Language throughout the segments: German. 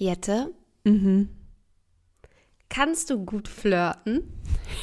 Jette, kannst du gut flirten?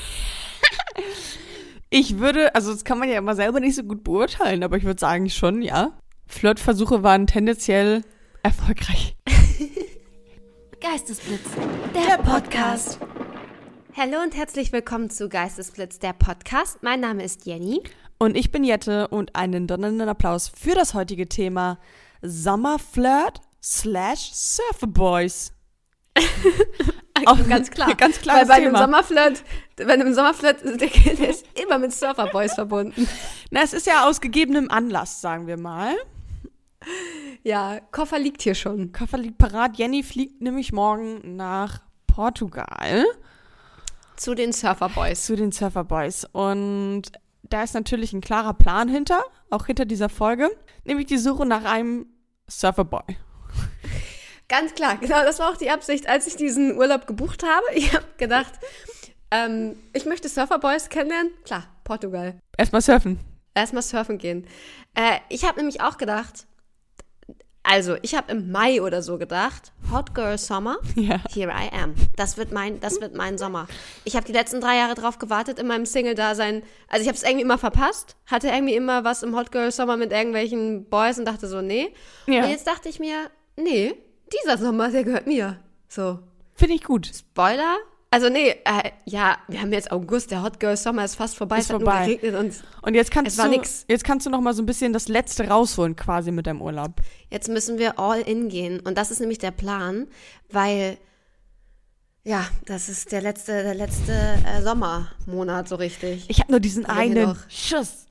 Ich würde, also das kann man ja immer selber nicht so gut beurteilen, aber ich würde sagen schon, ja. Flirtversuche waren tendenziell erfolgreich. Geistesblitz, der Podcast. Hallo und herzlich willkommen zu Geistesblitz, der Podcast. Mein Name ist Jenny. Und ich bin Jette und einen donnernden Applaus für das heutige Thema Sommerflirt / Surferboys. Auch ganz klar. Ganz klar. Weil bei einem Sommerflirt, der ist immer mit Surferboys verbunden. Na, es ist ja aus gegebenem Anlass, sagen wir mal. Ja, Koffer liegt hier schon. Koffer liegt parat. Jenny fliegt nämlich morgen nach Portugal. Zu den Surferboys. Und da ist natürlich ein klarer Plan hinter, auch hinter dieser Folge, nämlich die Suche nach einem Surferboy. Ganz klar, genau, das war auch die Absicht, als ich diesen Urlaub gebucht habe. Ich habe gedacht, ich möchte Surferboys kennenlernen. Klar, Portugal. Erstmal surfen gehen. Ich habe nämlich auch gedacht, also ich habe im Mai oder so gedacht, Hot Girl Summer, ja. Here I am. Das wird mein Sommer. Ich habe die letzten 3 Jahre drauf gewartet in meinem Single-Dasein. Also ich habe es irgendwie immer verpasst, hatte irgendwie immer was im Hot Girl Summer mit irgendwelchen Boys und dachte so, nee. Ja. Und jetzt dachte ich mir, nee, dieser Sommer, der gehört mir. So. Finde ich gut. Spoiler? Also nee, ja, wir haben jetzt August, der Hot Girl Summer ist fast vorbei. Es hat nur geregnet und jetzt es war nix. Jetzt kannst du noch mal so ein bisschen das Letzte rausholen quasi mit deinem Urlaub. Jetzt müssen wir all in gehen und das ist nämlich der Plan, weil, ja, das ist der letzte Sommermonat so richtig. Ich habe nur diesen einen Schuss.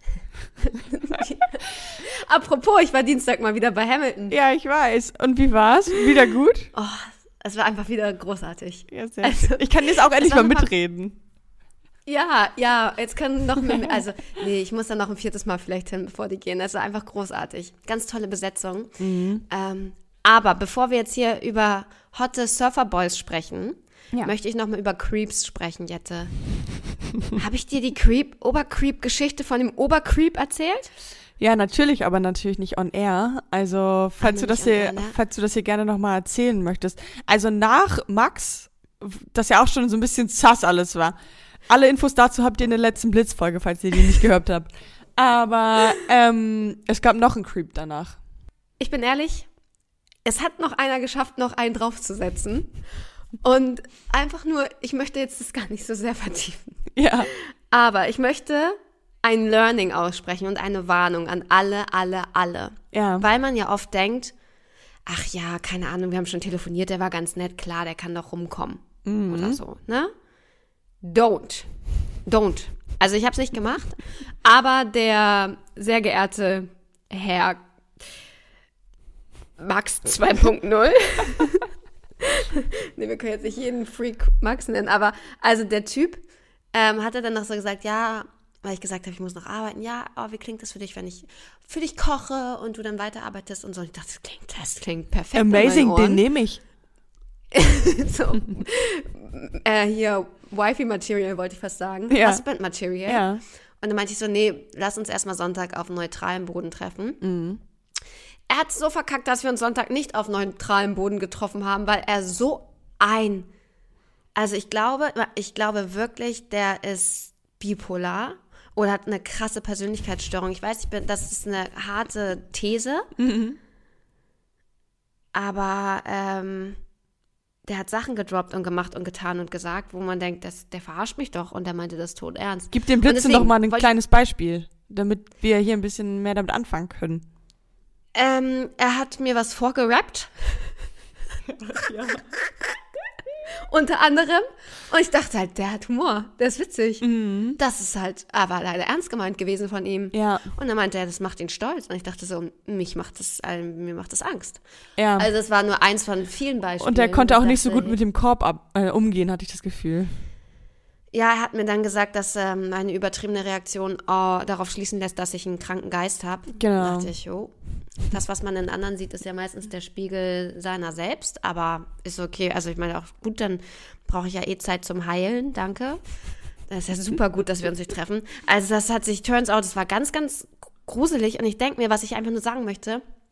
Apropos, ich war Dienstag mal wieder bei Hamilton. Ja, ich weiß. Und wie war's? Wieder gut? Oh, es war einfach wieder großartig. Ja, sehr schön. Ich kann jetzt auch endlich mal mitreden. Ja, jetzt können noch mehr, also nee, ich muss dann noch ein 4. Mal vielleicht hin, bevor die gehen. Das war einfach großartig. Ganz tolle Besetzung. Aber bevor wir jetzt hier über hotte Surferboys sprechen, möchte ich noch mal über Creeps sprechen, Jette. Habe ich dir die Obercreep-Geschichte von dem Obercreep erzählt? Ja, natürlich, aber natürlich nicht on air. Also, falls du das hier gerne nochmal erzählen möchtest. Also nach Max, das ja auch schon so ein bisschen sass alles war. Alle Infos dazu habt ihr in der letzten Blitzfolge, falls ihr die nicht gehört habt. Aber es gab noch einen Creep danach. Ich bin ehrlich, es hat noch einer geschafft, noch einen draufzusetzen. Und einfach nur, ich möchte jetzt das gar nicht so sehr vertiefen. Ja. Aber ich möchte ein Learning aussprechen und eine Warnung an alle. Ja. Weil man ja oft denkt, ach ja, keine Ahnung, wir haben schon telefoniert, der war ganz nett, klar, der kann doch rumkommen. Oder so, ne? Don't. Also ich habe es nicht gemacht, aber der sehr geehrte Herr Max 2.0 nee, wir können jetzt nicht jeden Freak Max nennen, aber also der Typ hatte dann noch so gesagt, ja, weil ich gesagt habe, ich muss noch arbeiten, ja, wie klingt das für dich, wenn ich für dich koche und du dann weiterarbeitest und so. Und ich dachte, das klingt perfekt. Amazing, den nehme ich. So, hier, Wifi-Material wollte ich fast sagen. Ja. Husband-Material. Ja. Und dann meinte ich so, nee, lass uns erstmal Sonntag auf neutralem Boden treffen. Er hat so verkackt, dass wir uns Sonntag nicht auf neutralem Boden getroffen haben, weil er also ich glaube wirklich, der ist bipolar oder hat eine krasse Persönlichkeitsstörung. Ich weiß, das ist eine harte These, aber der hat Sachen gedroppt und gemacht und getan und gesagt, wo man denkt, der verarscht mich doch und der meinte das todernst. Gib dem Blitzen doch mal ein kleines Beispiel, damit wir hier ein bisschen mehr damit anfangen können. Er hat mir was vorgerappt. Ja. Unter anderem. Und ich dachte halt, der hat Humor, der ist witzig. Das ist halt aber leider ernst gemeint gewesen von ihm. Ja. Und dann meinte er, das macht ihn stolz. Und ich dachte so, mir macht das Angst. Ja. Also es war nur eins von vielen Beispielen. Und er konnte auch nicht so gut mit dem Korb umgehen, hatte ich das Gefühl. Ja, er hat mir dann gesagt, dass meine übertriebene Reaktion darauf schließen lässt, dass ich einen kranken Geist habe. Genau. Da dachte ich, das, was man in anderen sieht, ist ja meistens der Spiegel seiner selbst, aber ist okay. Also ich meine auch, gut, dann brauche ich ja Zeit zum Heilen, danke. Das ist ja super gut, dass wir uns nicht treffen. Also das hat sich, turns out, es war ganz, ganz gruselig und ich denke mir, was ich einfach nur sagen möchte,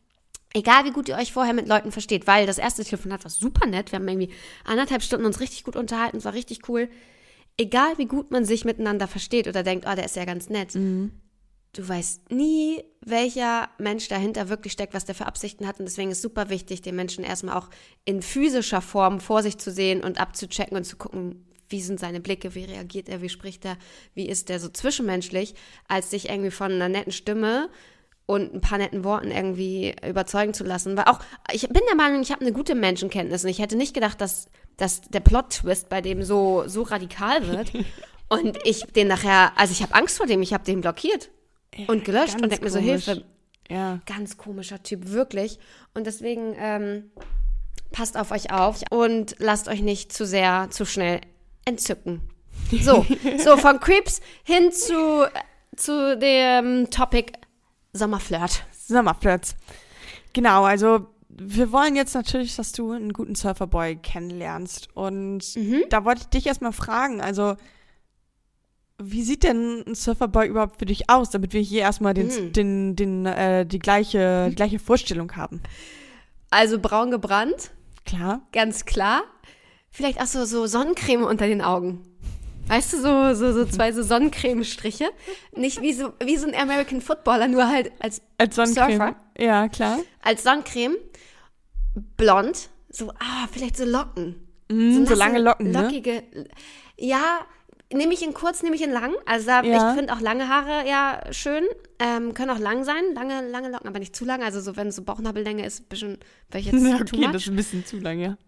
Egal, wie gut ihr euch vorher mit Leuten versteht, weil das erste Telefonat war super nett. Wir haben irgendwie 1,5 Stunden uns richtig gut unterhalten, es war richtig cool. Egal, wie gut man sich miteinander versteht oder denkt, oh, der ist ja ganz nett. Du weißt nie, welcher Mensch dahinter wirklich steckt, was der für Absichten hat. Und deswegen ist super wichtig, den Menschen erstmal auch in physischer Form vor sich zu sehen und abzuchecken und zu gucken, wie sind seine Blicke, wie reagiert er, wie spricht er, wie ist der so zwischenmenschlich, als sich irgendwie von einer netten Stimme und ein paar netten Worten irgendwie überzeugen zu lassen. Weil auch, ich bin der Meinung, ich habe eine gute Menschenkenntnis und ich hätte nicht gedacht, dass der Plot-Twist bei dem so radikal wird. Und ich den nachher, also ich habe Angst vor dem, ich habe den blockiert und gelöscht und denke mir so, Hilfe. Ja. Ganz komischer Typ, wirklich. Und deswegen passt auf euch auf und lasst euch nicht zu schnell entzücken. So, von Creeps hin zu dem Topic Sommerflirts. Genau, also wir wollen jetzt natürlich, dass du einen guten Surferboy kennenlernst. Und da wollte ich dich erstmal fragen, also wie sieht denn ein Surferboy überhaupt für dich aus, damit wir hier erstmal die gleiche Vorstellung haben? Also braun gebrannt. Klar. Ganz klar. Vielleicht auch so Sonnencreme unter den Augen. Weißt du, so 2 so Sonnencreme-Striche. Nicht wie so ein American Footballer, nur halt als Sonnencreme. Surfer. Ja, klar. Als Sonnencreme. Blond. Vielleicht so Locken. So lange Locken, lockige, ne? Ja, nehme ich in kurz, nehme ich in lang. Also ich finde auch lange Haare ja schön. Können auch lang sein. Lange Locken, aber nicht zu lang. Also so, wenn es so Bauchnabellänge ist, ein bisschen, wäre ich jetzt too much. Das ist ein bisschen zu lang, ja.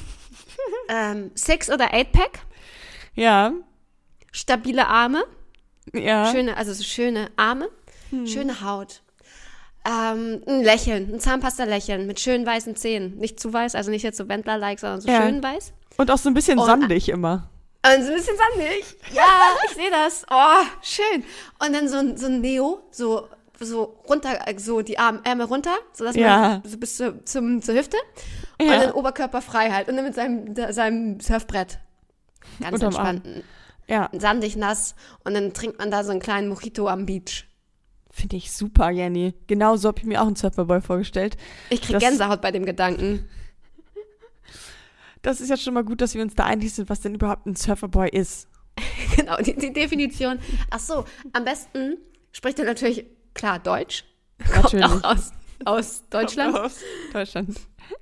6 oder 8-Pack. Ja. Stabile Arme. Ja. Schöne Arme. Schöne Haut. Ein Lächeln, ein Zahnpasta-Lächeln mit schönen weißen Zähnen. Nicht zu weiß, also nicht jetzt so Wendler-like, sondern so schön weiß. Und auch so ein bisschen sandig immer. Und so ein bisschen sandig. Ja, ich sehe das. Oh, schön. Und dann so ein Neo, so runter, so die Ärmel runter, sodass man so bis zur Hüfte. Und dann Oberkörper frei halt. Und dann mit seinem Surfbrett. Ganz entspannt. Ja. Sandig, nass. Und dann trinkt man da so einen kleinen Mojito am Beach. Finde ich super, Jenny. Genau so habe ich mir auch einen Surferboy vorgestellt. Ich kriege Gänsehaut bei dem Gedanken. Das ist ja schon mal gut, dass wir uns da einig sind, was denn überhaupt ein Surferboy ist. Genau, die Definition. Ach so, am besten spricht er natürlich, klar, Deutsch. Natürlich. Kommt auch aus Deutschland. Aus Deutschland.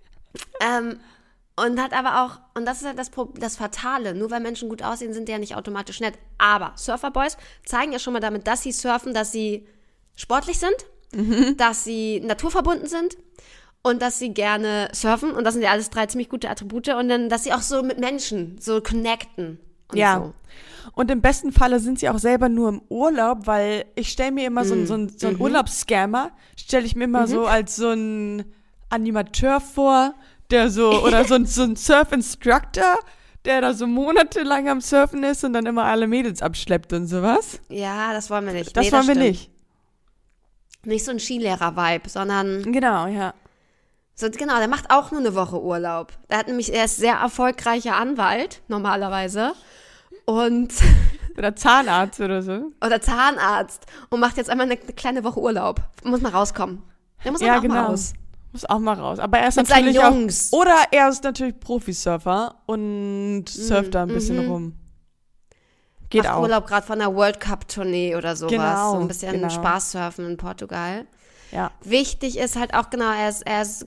Und hat aber auch, und das ist halt das Fatale, nur weil Menschen gut aussehen, sind die ja nicht automatisch nett. Aber Surferboys zeigen ja schon mal damit, dass sie surfen, dass sie sportlich sind, dass sie naturverbunden sind und dass sie gerne surfen. Und das sind ja alles 3 ziemlich gute Attribute. Und dann, dass sie auch so mit Menschen so connecten. Und so. Und im besten Falle sind sie auch selber nur im Urlaub, weil ich stelle mir immer so einen Urlaubsscammer, stelle ich mir immer so als so ein Animateur vor, der so, oder so ein Surf-Instructor, der da so monatelang am Surfen ist und dann immer alle Mädels abschleppt und sowas. Ja, das wollen wir nicht. Das wollen wir nicht. Nicht so ein Skilehrer-Vibe, sondern... Genau, ja. So, genau, der macht auch nur eine Woche Urlaub. Er ist sehr erfolgreicher Anwalt, normalerweise. Und... Oder Zahnarzt oder so. Oder Zahnarzt. Und macht jetzt einmal eine kleine Woche Urlaub. Muss mal rauskommen. Der muss auch mal raus. Muss auch mal raus. Aber er ist mit natürlich seinen Jungs. Oder er ist natürlich Profisurfer und surft da ein bisschen rum. Geht macht auch. Urlaub gerade von einer World Cup Tournee oder sowas. Genau, so ein bisschen Spaßsurfen in Portugal. Ja. Wichtig ist halt auch genau, er ist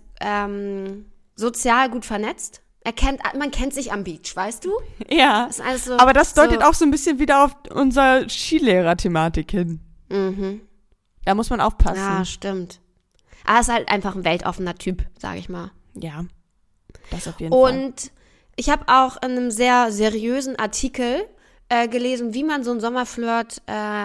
sozial gut vernetzt. Man kennt sich am Beach, weißt du? Ja. Das ist alles so, aber das deutet auch so ein bisschen wieder auf unsere Skilehrer-Thematik hin. Da muss man aufpassen. Ja, stimmt. Aber er ist halt einfach ein weltoffener Typ, sage ich mal. Ja, das auf jeden Fall. Und ich habe auch in einem sehr seriösen Artikel gelesen, wie man so einen Sommerflirt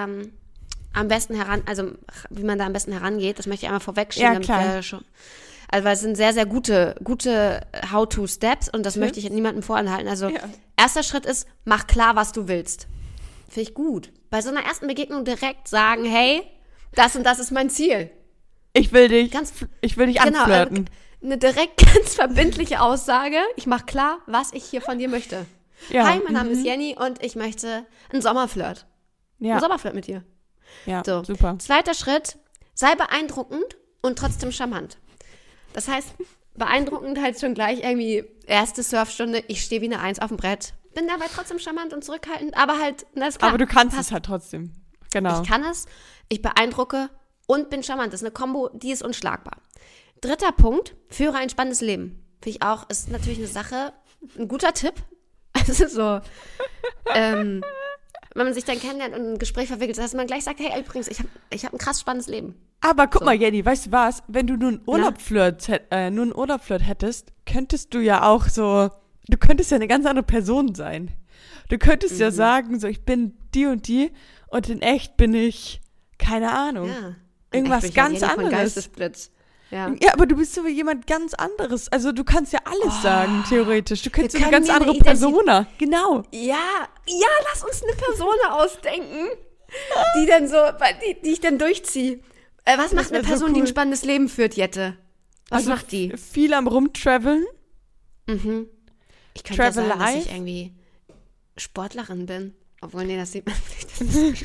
am besten wie man da am besten herangeht. Das möchte ich einmal vorwegschieben. Ja, klar. Also weil es sind sehr, sehr gute How-to-Steps und das möchte ich niemandem vorenthalten. Also erster Schritt ist, mach klar, was du willst. Finde ich gut. Bei so einer ersten Begegnung direkt sagen, hey, das und das ist mein Ziel. Ich will dich anflirten. Genau, eine direkt ganz verbindliche Aussage. Ich mache klar, was ich hier von dir möchte. Ja. Hi, mein Name ist Jenny und ich möchte einen Sommerflirt. Ja. Einen Sommerflirt mit dir. Ja, so. Super. Zweiter Schritt, sei beeindruckend und trotzdem charmant. Das heißt, beeindruckend halt schon gleich irgendwie erste Surfstunde, ich stehe wie eine Eins auf dem Brett. Bin dabei trotzdem charmant und zurückhaltend, aber halt, das ist klar. Aber du kannst es halt trotzdem. Genau. Ich kann es, ich beeindrucke und bin charmant. Das ist eine Kombo, die ist unschlagbar. 3. Punkt, führe ein spannendes Leben. Finde ich auch, ist natürlich eine Sache, ein guter Tipp. Also so, wenn man sich dann kennenlernt und ein Gespräch verwickelt, dass man gleich sagt, hey, übrigens, ich hab ein krass spannendes Leben. Aber guck mal, Jenny, weißt du was? Wenn du nur einen Urlaubflirt hättest, könntest du ja auch so, du könntest ja eine ganz andere Person sein. Du könntest ja sagen, so, ich bin die und in echt bin ich, keine Ahnung, irgendwas ganz anderes. Von Geistesblitz. Ja, aber du bist so wie jemand ganz anderes. Also du kannst ja alles sagen, theoretisch. Du könntest so eine ganz andere Persona. Genau. Ja, lass uns eine Persona ausdenken, die dann so, die ich dann durchziehe. Was macht eine Person, so cool, die ein spannendes Leben führt, Jette? Was macht die? Viel am Rumtraveln. Mhm. Ich könnte ja sagen, dass ich irgendwie Sportlerin bin. Obwohl, nee, das sieht man nicht.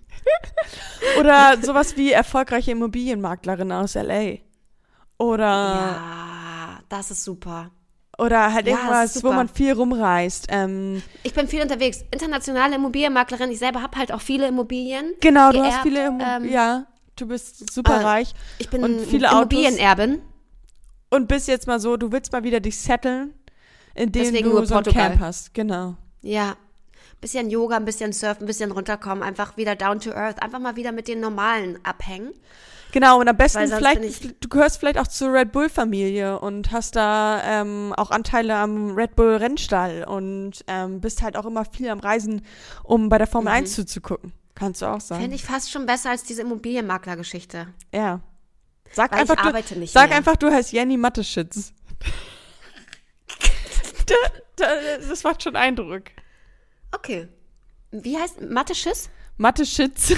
Oder sowas wie erfolgreiche Immobilienmaklerin aus L.A. Oder ja, das ist super. Oder halt irgendwas, wo man viel rumreist. Ich bin viel unterwegs. Internationale Immobilienmaklerin. Ich selber habe halt auch viele Immobilien. Genau, du hast viele Immobilien. Ja, du bist super reich. Ich bin und viele Immobilienerbin. Und bist jetzt mal so, du willst mal wieder dich setteln, indem deswegen du nur so ein Camp hast. Genau. Ja. Bisschen Yoga, ein bisschen Surfen, ein bisschen runterkommen. Einfach wieder down to earth. Einfach mal wieder mit den Normalen abhängen. Genau, und am besten vielleicht, du gehörst vielleicht auch zur Red Bull-Familie und hast da auch Anteile am Red Bull-Rennstall und bist halt auch immer viel am Reisen, um bei der Formel 1 zuzugucken. Kannst du auch sagen. Fände ich fast schon besser als diese Immobilienmakler-Geschichte. Ja. Sag einfach, du heißt Jenny Matteschitz. Das macht schon Eindruck. Okay. Wie heißt Matteschitz? Matteschitz.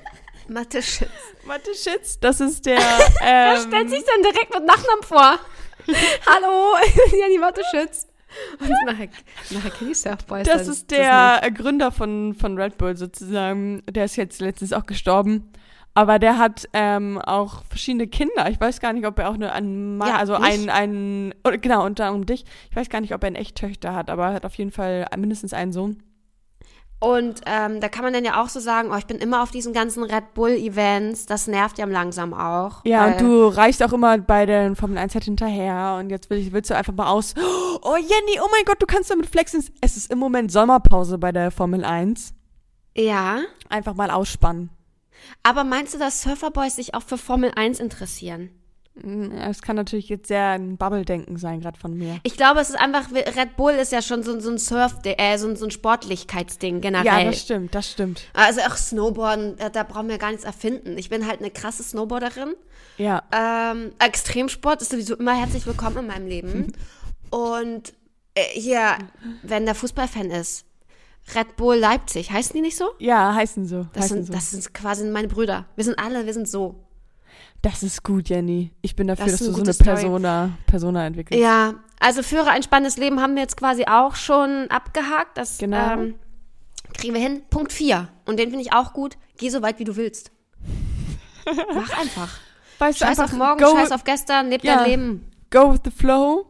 Matteschitz, das ist der. Wer stellt sich denn direkt mit Nachnamen vor? Hallo, Jenny Matteschitz. Und nachher kenne ich Surfboys. Das ist der Gründer von Red Bull sozusagen. Der ist jetzt letztens auch gestorben. Aber der hat auch verschiedene Kinder. Ich weiß gar nicht, ob er auch nur einen Mann, genau, unter anderem dich. Ich weiß gar nicht, ob er echt Töchter hat, aber er hat auf jeden Fall mindestens einen Sohn. Und da kann man dann ja auch so sagen, ich bin immer auf diesen ganzen Red Bull-Events, das nervt ja langsam auch. Ja, und du reichst auch immer bei den Formel 1 halt hinterher und jetzt willst du einfach mal aus. Oh Jenny, oh mein Gott, du kannst damit flexen. Es ist im Moment Sommerpause bei der Formel 1. Ja. Einfach mal ausspannen. Aber meinst du, dass Surferboys sich auch für Formel 1 interessieren? Es kann natürlich jetzt sehr ein Bubble-Denken sein, gerade von mir. Ich glaube, es ist einfach, Red Bull ist ja schon so ein so ein Sportlichkeitsding generell. Ja, das stimmt. Also auch Snowboarden, da brauchen wir gar nichts erfinden. Ich bin halt eine krasse Snowboarderin. Ja. Extremsport ist sowieso immer herzlich willkommen in meinem Leben. Und hier, wenn der Fußballfan ist, Red Bull Leipzig, heißen die nicht so? Ja, heißen so. Das sind quasi meine Brüder. Wir sind so. Das ist gut, Jenny. Ich bin dafür, dass du so eine Persona entwickelst. Ja, also führe ein spannendes Leben haben wir jetzt quasi auch schon abgehakt. Das kriegen wir hin. Punkt 4. Und den finde ich auch gut. Geh so weit, wie du willst. Mach einfach. Scheiß auf morgen, scheiß auf gestern, leb dein Leben. Go with the flow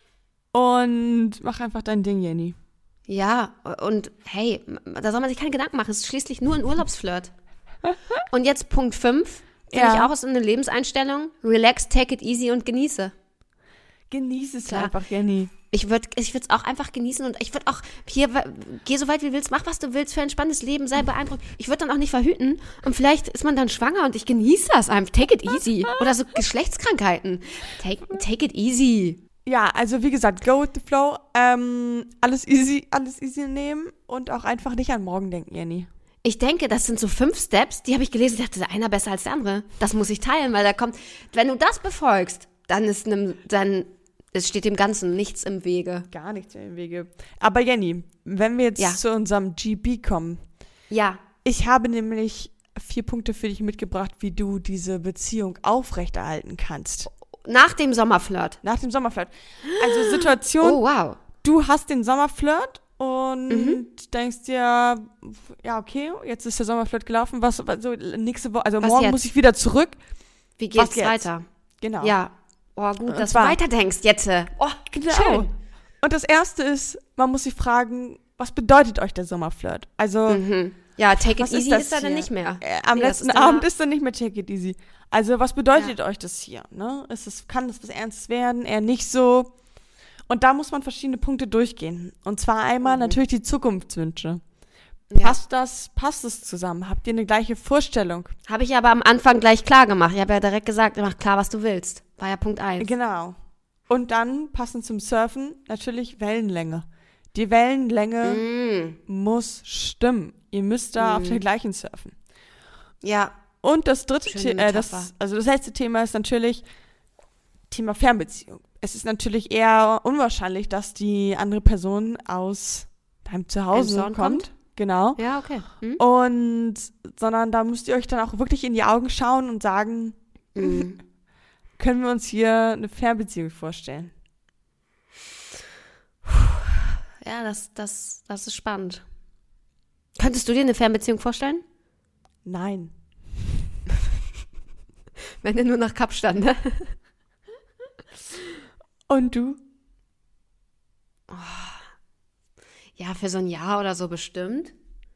und mach einfach dein Ding, Jenny. Ja, und hey, da soll man sich keine Gedanken machen. Es ist schließlich nur ein Urlaubsflirt. Und jetzt Punkt 5. Finde ich auch aus einer Lebenseinstellung. Relax, take it easy und genieße. Genieße es einfach, Jenny. Ich würde es auch einfach genießen und ich würde auch hier, geh so weit wie du willst, mach was du willst für ein spannendes Leben, sei beeindruckt. Ich würde dann auch nicht verhüten und vielleicht ist man dann schwanger und ich genieße das einfach. Take it easy. Oder so Geschlechtskrankheiten. Take it easy. Ja, also wie gesagt, go with the flow. Alles easy nehmen und auch einfach nicht an morgen denken, Jenny. Ich denke, das sind so 5 Steps, die habe ich gelesen, ich dachte, einer besser als der andere. Das muss ich teilen, weil da kommt, wenn du das befolgst, es steht dem Ganzen nichts im Wege. Gar nichts im Wege. Aber Jenny, wenn wir jetzt zu unserem GB kommen. Ja. Ich habe nämlich 4 Punkte für dich mitgebracht, wie du diese Beziehung aufrechterhalten kannst. Nach dem Sommerflirt. Also Situation, oh wow. Du hast den Sommerflirt und denkst dir, ja okay, jetzt ist der Sommerflirt gelaufen, was so nächste Woche, also was morgen jetzt? Muss ich wieder zurück. Wie geht's weiter? Genau. Ja. Oh, gut, dass du weiterdenkst jetzt. Oh, genau. Schön. Und das Erste ist, man muss sich fragen, was bedeutet euch der Sommerflirt? Also, ja, take it easy ist da dann nicht mehr. Am letzten Abend ist dann nicht mehr take it easy. Also, was bedeutet euch das hier? Ne? Kann das was Ernstes werden? Eher nicht so. Und da muss man verschiedene Punkte durchgehen. Und zwar einmal natürlich die Zukunftswünsche. Ja. Passt es zusammen? Habt ihr eine gleiche Vorstellung? Habe ich aber am Anfang gleich klar gemacht. Ich habe ja direkt gesagt, mach klar, was du willst. War ja Punkt 1. Genau. Und dann, passend zum Surfen, natürlich Wellenlänge. Die Wellenlänge muss stimmen. Ihr müsst da auf der gleichen surfen. Ja. Und das dritte das letzte Thema ist natürlich Thema Fernbeziehung. Es ist natürlich eher unwahrscheinlich, dass die andere Person aus deinem Zuhause kommt. Genau. Ja, okay. Sondern da müsst ihr euch dann auch wirklich in die Augen schauen und sagen, können wir uns hier eine Fernbeziehung vorstellen? Ja, das ist spannend. Könntest du dir eine Fernbeziehung vorstellen? Nein. Wenn ihr nur nach Kapstadt, ne? Und du? Ja, für so ein Jahr oder so bestimmt.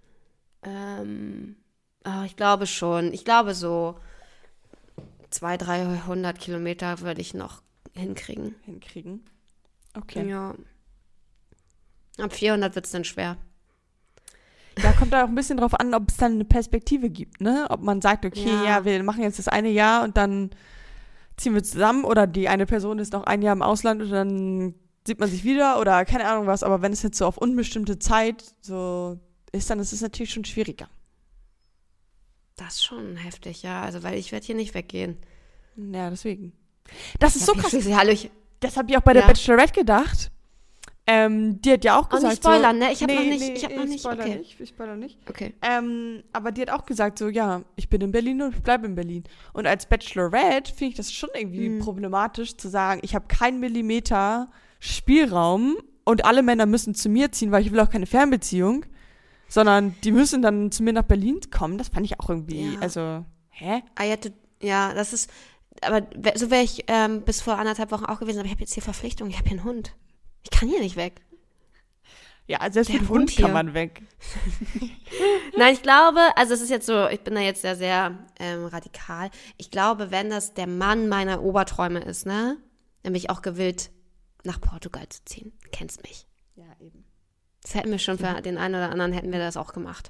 Ich glaube schon. Ich glaube so 200-300 Kilometer würde ich noch hinkriegen. Okay. Ja. Ab 400 wird es dann schwer. Da kommt da auch ein bisschen drauf an, ob es dann eine Perspektive gibt, ne? Ob man sagt, okay, ja, wir machen jetzt das eine Jahr und dann ziehen wir zusammen oder die eine Person ist noch ein Jahr im Ausland und dann sieht man sich wieder oder keine Ahnung was. Aber wenn es jetzt so auf unbestimmte Zeit so ist, dann ist es natürlich schon schwieriger. Das ist schon heftig, ja. Also, weil ich werde hier nicht weggehen. Ja, deswegen. Das ist so krass. Das habe ich auch bei der Bachelorette gedacht. Die hat ja auch gesagt, nicht spoilern, ne? Ich habe noch nicht. Ich spoilere nicht. Okay. Aber die hat auch gesagt, so, ja, ich bin in Berlin und ich bleibe in Berlin. Und als Bachelorette finde ich das schon irgendwie problematisch, zu sagen, ich habe keinen Millimeter Spielraum und alle Männer müssen zu mir ziehen, weil ich will auch keine Fernbeziehung, sondern die müssen dann zu mir nach Berlin kommen. Das fand ich auch irgendwie, also, hä? Ja, das ist, aber so wäre ich bis vor 1,5 Wochen auch gewesen, aber ich habe jetzt hier Verpflichtungen, ich habe hier einen Hund. Ich kann hier nicht weg. Ja, selbst mit Hund kann man weg. Nein, ich glaube, also es ist jetzt so, ich bin da jetzt sehr, sehr radikal. Ich glaube, wenn das der Mann meiner Oberträume ist, ne, dann bin ich auch gewillt, nach Portugal zu ziehen. Kennst mich. Ja, eben. Das hätten wir schon für den einen oder anderen, hätten wir das auch gemacht.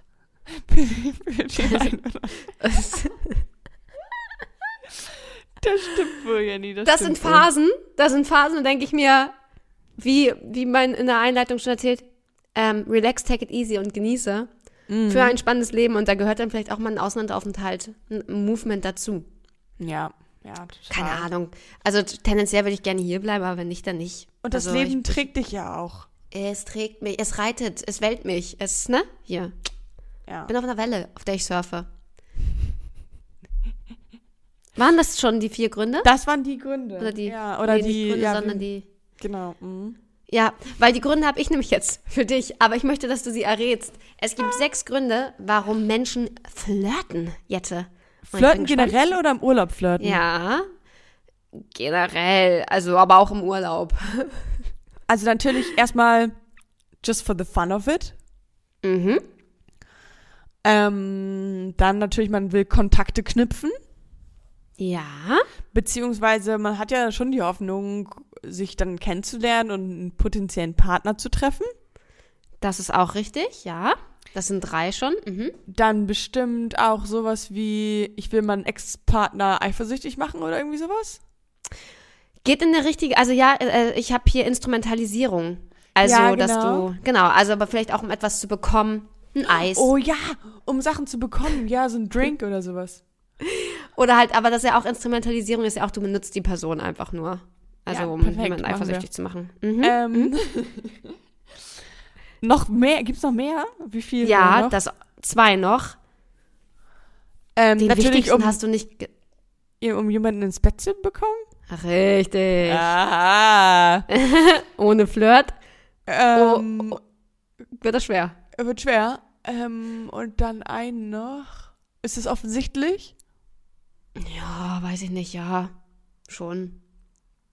Das stimmt wohl, Jenny. Das sind Phasen, da denke ich mir, wie man in der Einleitung schon erzählt, relax, take it easy und genieße für ein spannendes Leben. Und da gehört dann vielleicht auch mal ein Auslandsaufenthalt, ein Movement dazu. Ja, total. Keine Ahnung. Also tendenziell würde ich gerne hier bleiben, aber wenn nicht, dann nicht. Und das Leben trägt dich ja auch. Es trägt mich, es reitet, es wählt mich. Es, ne? Hier. Ja. Bin auf einer Welle, auf der ich surfe. Waren das schon die 4 Gründe? Das waren die Gründe. Oder die, die Gründe, sondern die. Genau. Ja, weil die Gründe habe ich nämlich jetzt für dich, aber ich möchte, dass du sie errätst. Es gibt 6 Gründe, warum Menschen flirten, Jette. Flirten generell oder im Urlaub flirten? Ja, generell, also aber auch im Urlaub. Also natürlich erstmal just for the fun of it. Dann natürlich, man will Kontakte knüpfen. Ja. Beziehungsweise man hat ja schon die Hoffnung, sich dann kennenzulernen und einen potenziellen Partner zu treffen. Das ist auch richtig, ja. Das sind 3 schon. Dann bestimmt auch sowas wie, ich will meinen Ex-Partner eifersüchtig machen oder irgendwie sowas. Geht in eine richtige, also ja, ich habe hier Instrumentalisierung. Also, ja, genau. Dass du, genau, also aber vielleicht auch um etwas zu bekommen, ein Eis. Oh ja, um Sachen zu bekommen, ja, so ein Drink oder sowas. Oder halt, aber das ist ja auch Instrumentalisierung, ist ja auch, du benutzt die Person einfach nur. Also, ja, um jemanden eifersüchtig zu machen. Noch mehr? Gibt's noch mehr? Wie viel? Ja, noch? das 2 noch. Den natürlich wichtigsten hast du nicht... Um jemanden ins Bett zu bekommen? Richtig. Aha. Ohne Flirt. Wird das schwer. Wird schwer. Und dann einen noch. Ist es offensichtlich? Ja, weiß ich nicht, ja. Schon.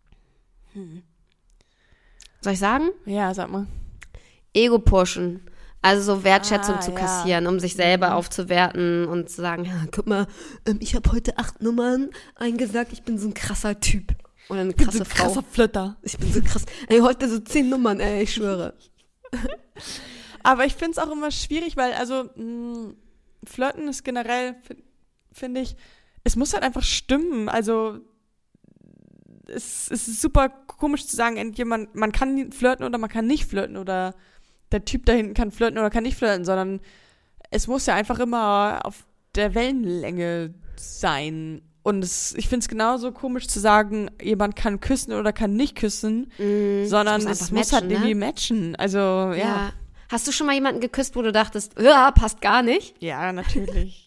Soll ich sagen? Ja, sag mal. Ego-pushen. Also so Wertschätzung zu kassieren, um sich selber aufzuwerten und zu sagen, ja, guck mal, ich habe heute 8 Nummern eingesagt, ich bin so ein krasser Typ. Oder eine krasse Frau. Ich bin so ein krasser Flirter. Ich bin so krass. Ey, heute so 10 Nummern, ey, ich schwöre. Aber ich finde es auch immer schwierig, weil Flirten ist generell, finde ich, es muss halt einfach stimmen. Also es ist super komisch zu sagen, entweder man kann flirten oder man kann nicht flirten oder der Typ da hinten kann flirten oder kann nicht flirten, sondern es muss ja einfach immer auf der Wellenlänge sein. Und ich finde es genauso komisch zu sagen, jemand kann küssen oder kann nicht küssen, sondern es muss halt irgendwie matchen. Also, ja. Hast du schon mal jemanden geküsst, wo du dachtest, ja, passt gar nicht? Ja, natürlich.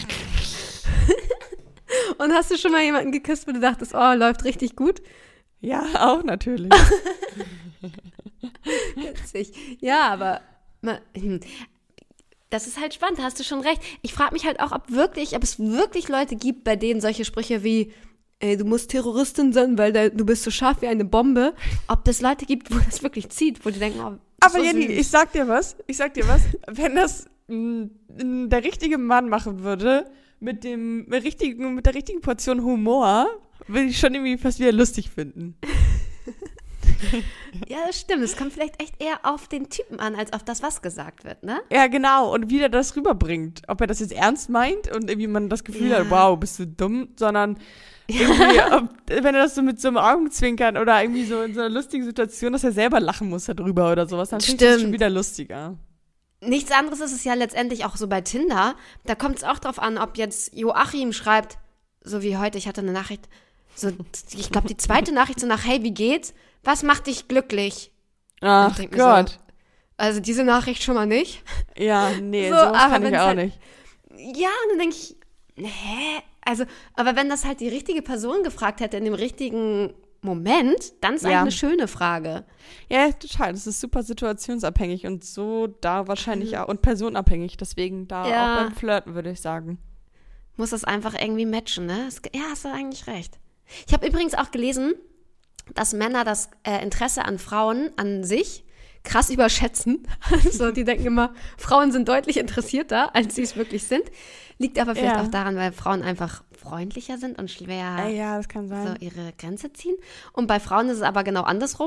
Und hast du schon mal jemanden geküsst, wo du dachtest, oh, läuft richtig gut? Ja, auch natürlich. Witzig. Ja, aber das ist halt spannend, da hast du schon recht. Ich frage mich halt auch, ob es wirklich Leute gibt, bei denen solche Sprüche wie, ey, du musst Terroristin sein, weil du bist so scharf wie eine Bombe, ob das Leute gibt, wo das wirklich zieht, wo die denken, oh, aber so Jenny, ich sag dir was, wenn das der richtige Mann machen würde, mit der richtigen Portion Humor, würde ich schon irgendwie fast wieder lustig finden. Ja, das stimmt. Es kommt vielleicht echt eher auf den Typen an, als auf das, was gesagt wird, ne? Ja, genau. Und wie der das rüberbringt. Ob er das jetzt ernst meint und irgendwie man das Gefühl hat, wow, bist du dumm, sondern irgendwie, wenn er das so mit so einem Augenzwinkern oder irgendwie so in so einer lustigen Situation, dass er selber lachen muss darüber oder sowas, dann finde ich das schon wieder lustiger. Nichts anderes ist es ja letztendlich auch so bei Tinder. Da kommt es auch drauf an, ob jetzt Joachim schreibt, so wie heute, ich hatte eine Nachricht, so, ich glaube, die zweite Nachricht so nach, hey, wie geht's? Was macht dich glücklich? Ach Gott. So, also diese Nachricht schon mal nicht. Ja, nee, so kann ich auch halt, nicht. Ja, und dann denke ich, also, aber wenn das halt die richtige Person gefragt hätte in dem richtigen Moment, dann ist eigentlich eine schöne Frage. Ja, total. Das ist super situationsabhängig und so da wahrscheinlich auch und personenabhängig. Deswegen da auch beim Flirten, würde ich sagen. Muss das einfach irgendwie matchen, ne? Ja, hast du eigentlich recht. Ich habe übrigens auch gelesen, dass Männer das Interesse an Frauen an sich krass überschätzen. Also die denken immer, Frauen sind deutlich interessierter, als sie es wirklich sind. Liegt aber vielleicht auch daran, weil Frauen einfach freundlicher sind und schwer das kann sein. So ihre Grenze ziehen. Und bei Frauen ist es aber genau andersrum.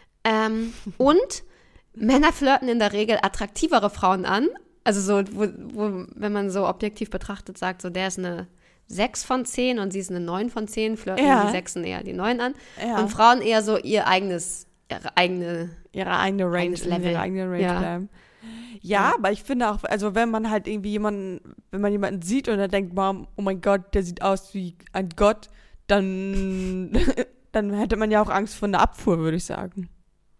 Und Männer flirten in der Regel attraktivere Frauen an. Also so, wo, wenn man so objektiv betrachtet sagt, so der ist eine 6 von 10 und sie ist eine 9 von 10, flirten die 6 eher die 9 an. Ja. Und Frauen eher so ihre eigene Range, Level. Ihre eigene Range bleiben. Ja, aber ich finde auch, also wenn man halt irgendwie jemanden sieht und er denkt, oh mein Gott, der sieht aus wie ein Gott, dann hätte man ja auch Angst vor einer Abfuhr, würde ich sagen.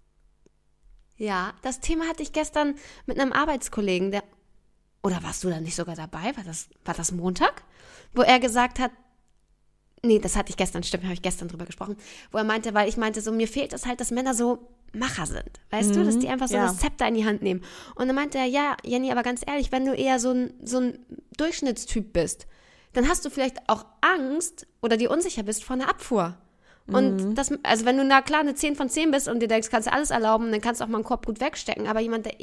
Ja, das Thema hatte ich gestern mit einem Arbeitskollegen, oder warst du da nicht sogar dabei? War das Montag? Wo er gesagt hat, nee, das hatte ich gestern, stimmt, habe ich gestern drüber gesprochen, wo er meinte, weil ich meinte so, mir fehlt es halt, dass Männer so Macher sind, weißt du, dass die einfach so das Zepter in die Hand nehmen. Und dann meinte er, ja, Jenny, aber ganz ehrlich, wenn du eher so ein Durchschnittstyp bist, dann hast du vielleicht auch Angst oder dir unsicher bist vor einer Abfuhr. Und also wenn du eine 10 von 10 bist und dir denkst, kannst du alles erlauben, dann kannst du auch mal einen Korb gut wegstecken, aber jemand, der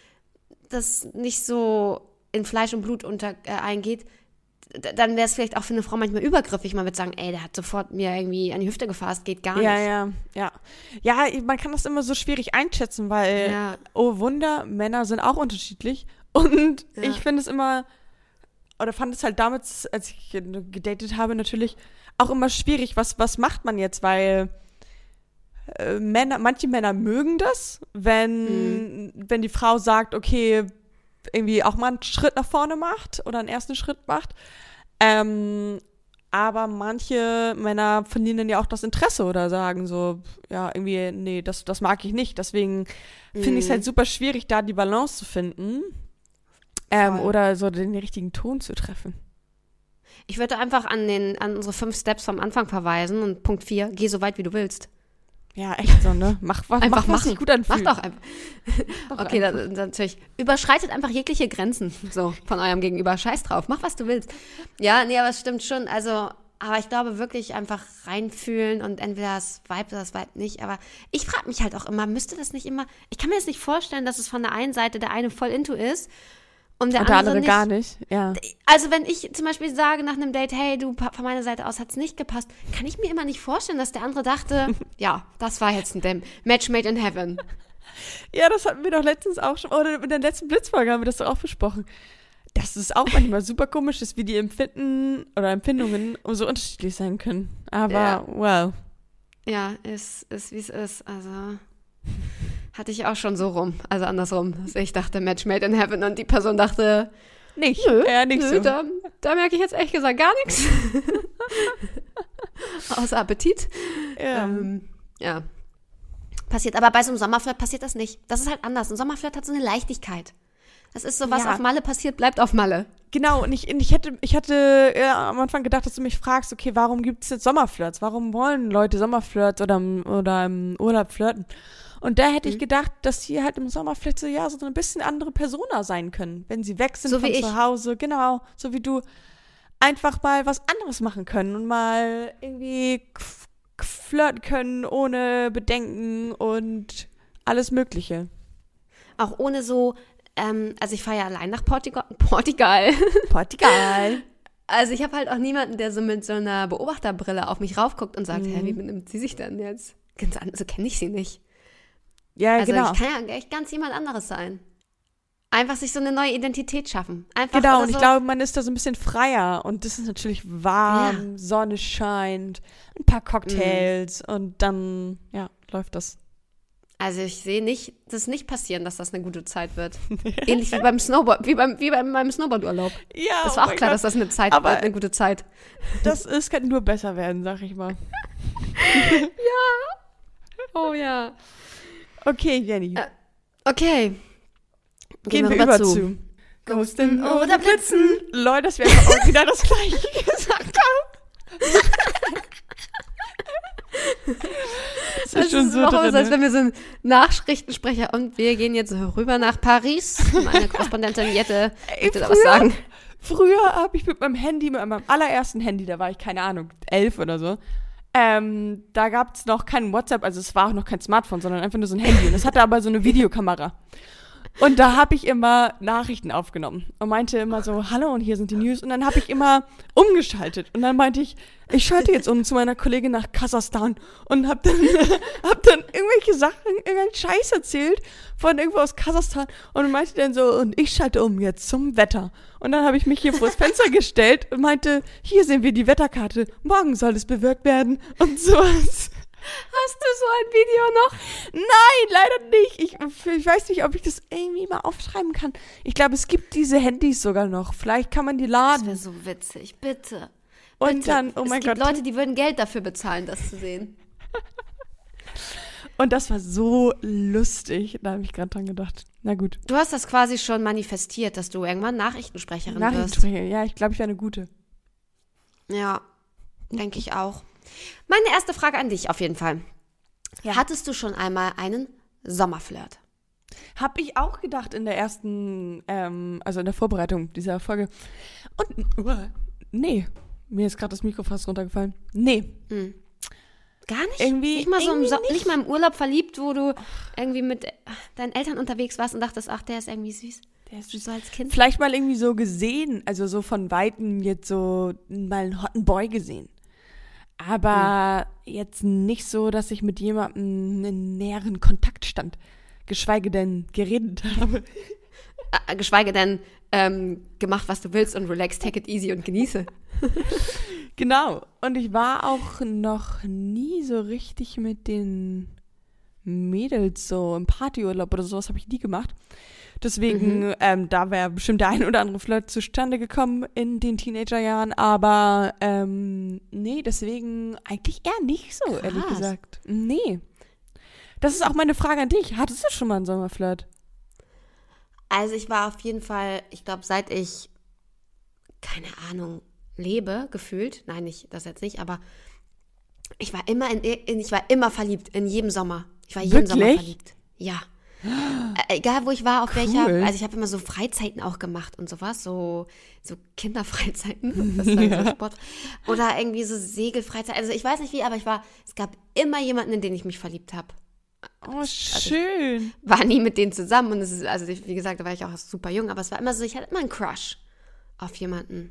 das nicht so in Fleisch und Blut eingeht, dann wäre es vielleicht auch für eine Frau manchmal übergriffig. Man würde sagen, ey, der hat sofort mir irgendwie an die Hüfte gefasst, geht gar nicht. Ja, man kann das immer so schwierig einschätzen, weil, oh Wunder, Männer sind auch unterschiedlich. Und ich finde es immer, oder fand es halt damals, als ich gedatet habe, natürlich auch immer schwierig, was macht man jetzt, weil manche Männer mögen das, wenn die Frau sagt, okay, irgendwie auch mal einen Schritt nach vorne macht oder einen ersten Schritt macht. Aber manche Männer verlieren dann ja auch das Interesse oder sagen so, ja, irgendwie, nee, das mag ich nicht. Deswegen finde ich es halt super schwierig, da die Balance zu finden oder so den richtigen Ton zu treffen. Ich würde einfach an unsere 5 Steps vom Anfang verweisen und Punkt 4, geh so weit, wie du willst. Ja, echt so, ne? Mach was sich gut anfühlt. Mach doch einfach. Okay, dann natürlich. Überschreitet einfach jegliche Grenzen so von eurem Gegenüber. Scheiß drauf, mach, was du willst. Ja, nee, aber es stimmt schon. Also Aber ich glaube wirklich einfach reinfühlen und entweder das Vibe oder das Vibe nicht. Aber ich frage mich halt auch immer, müsste das nicht immer, ich kann mir jetzt nicht vorstellen, dass es von der einen Seite der eine voll into ist und der andere nicht. Gar nicht, ja. Also wenn ich zum Beispiel sage nach einem Date, hey, du, von meiner Seite aus hat es nicht gepasst, kann ich mir immer nicht vorstellen, dass der andere dachte, ja, das war jetzt ein Match made in heaven. Ja, das hatten wir doch letztens auch schon, oder in der letzten Blitzfolge haben wir das doch auch besprochen. Dass es auch manchmal super komisch ist, wie die Empfindungen so unterschiedlich sein können. Aber wow. Ja, ist wie es ist. Also hatte ich auch schon so rum, also andersrum. Also ich dachte Match made in heaven und die Person dachte, nicht. Nö, so. Da merke ich jetzt ehrlich gesagt gar nichts. Außer Appetit. Ja. Passiert, aber bei so einem Sommerflirt passiert das nicht. Das ist halt anders. Ein Sommerflirt hat so eine Leichtigkeit. Das ist so, was auf Malle passiert, bleibt auf Malle. Genau, und ich hatte am Anfang gedacht, dass du mich fragst, okay, warum gibt es jetzt Sommerflirts? Warum wollen Leute Sommerflirts oder im Urlaub flirten? Und da hätte ich gedacht, dass hier halt im Sommer vielleicht so ein bisschen andere Persona sein können, wenn sie weg sind so von zu Hause. Genau, so wie du, einfach mal was anderes machen können und mal irgendwie flirten können ohne Bedenken und alles Mögliche. Auch ohne so, also ich fahre ja allein nach Portugal. Also ich habe halt auch niemanden, der so mit so einer Beobachterbrille auf mich raufguckt und sagt, hä, wie benimmt sie sich denn jetzt? So kenne ich sie nicht. Ja, also genau. Ich kann ja echt ganz jemand anderes sein. Einfach sich so eine neue Identität schaffen. Einfach genau, und so. Ich glaube, man ist da so ein bisschen freier und das ist natürlich warm, Sonne scheint, ein paar Cocktails und dann, läuft das. Also ich sehe das nicht passieren, dass das eine gute Zeit wird. Ähnlich wie beim Snowboard, wie bei meinem Snowboardurlaub. Ja, das war auch klar, dass das eine Zeit wird, eine gute Zeit. Das kann nur besser werden, sag ich mal. Ja. Oh ja. Okay, Jenny. Okay. Gehen wir über zu Ghosten oder Blitzen. Leute, das wäre auch wieder das Gleiche gesagt haben. Das ist schon so auch drin, als wenn wir so ein Nachrichtensprecher und wir gehen jetzt rüber nach Paris. Meine Korrespondentin Jette möchte da was sagen. Früher habe ich mit meinem allerersten Handy, da war ich, keine Ahnung, 11 oder so, da gab es noch kein WhatsApp, also es war auch noch kein Smartphone, sondern einfach nur so ein Handy. Und es hatte aber so eine Videokamera. Und da habe ich immer Nachrichten aufgenommen und meinte immer so, hallo und hier sind die News. Und dann habe ich immer umgeschaltet. Und dann meinte ich schalte jetzt um zu meiner Kollegin nach Kasachstan und hab dann irgendwelche Sachen, irgendeinen Scheiß erzählt von irgendwo aus Kasachstan und meinte dann so, und ich schalte um jetzt zum Wetter. Und dann habe ich mich hier vor das Fenster gestellt und meinte, hier sehen wir die Wetterkarte, morgen soll es bewölkt werden und sowas. Hast du so ein Video noch? Nein, leider nicht. Ich weiß nicht, ob ich das irgendwie mal aufschreiben kann. Ich glaube, es gibt diese Handys sogar noch. Vielleicht kann man die laden. Das wäre so witzig, bitte. Und bitte. dann, oh mein Gott. Es gibt Leute, die würden Geld dafür bezahlen, das zu sehen. Und das war so lustig. Da habe ich gerade dran gedacht. Na gut. Du hast das quasi schon manifestiert, dass du irgendwann Nachrichtensprecherin wirst. Ja, ich glaube, ich wäre eine gute. Ja, denke ich auch. Meine erste Frage an dich auf jeden Fall. Ja. Hattest du schon einmal einen Sommerflirt? Hab ich auch gedacht in der ersten, also in der Vorbereitung dieser Folge. Und, nee, mir ist gerade das Mikro fast runtergefallen. Nee. Gar nicht? Irgendwie nicht mal im Urlaub verliebt, wo du irgendwie mit deinen Eltern unterwegs warst und dachtest, ach, der ist irgendwie süß. Der ist süß so als Kind. Vielleicht mal irgendwie so gesehen, also so von Weitem jetzt so mal einen hotten Boy gesehen. Aber jetzt nicht so, dass ich mit jemandem in näheren Kontakt stand. Geschweige denn geredet habe. Geschweige denn gemacht, was du willst und relax, take it easy und genieße. Genau. Und ich war auch noch nie so richtig mit den Mädels so im Partyurlaub oder sowas habe ich nie gemacht. Deswegen, da wäre bestimmt der ein oder andere Flirt zustande gekommen in den Teenagerjahren, aber nee, deswegen eigentlich eher nicht so, Krass. Ehrlich gesagt. Nee. Das ist auch meine Frage an dich. Hattest du schon mal einen Sommerflirt? Also ich war auf jeden Fall, ich glaube, seit ich, keine Ahnung, lebe, gefühlt, nein, nicht, das jetzt nicht, aber ich war immer verliebt, in jedem Sommer. Ich war jeden Sommer verliebt. Ja. Egal, wo ich war, auf welcher, also ich habe immer so Freizeiten auch gemacht und sowas, so Kinderfreizeiten, das ist dann so Sport, oder irgendwie so Segelfreizeiten, also ich weiß nicht wie, aber es gab immer jemanden, in den ich mich verliebt habe. Oh, schön. Ich war nie mit denen zusammen und wie gesagt, da war ich auch super jung, aber es war immer so, ich hatte immer einen Crush auf jemanden.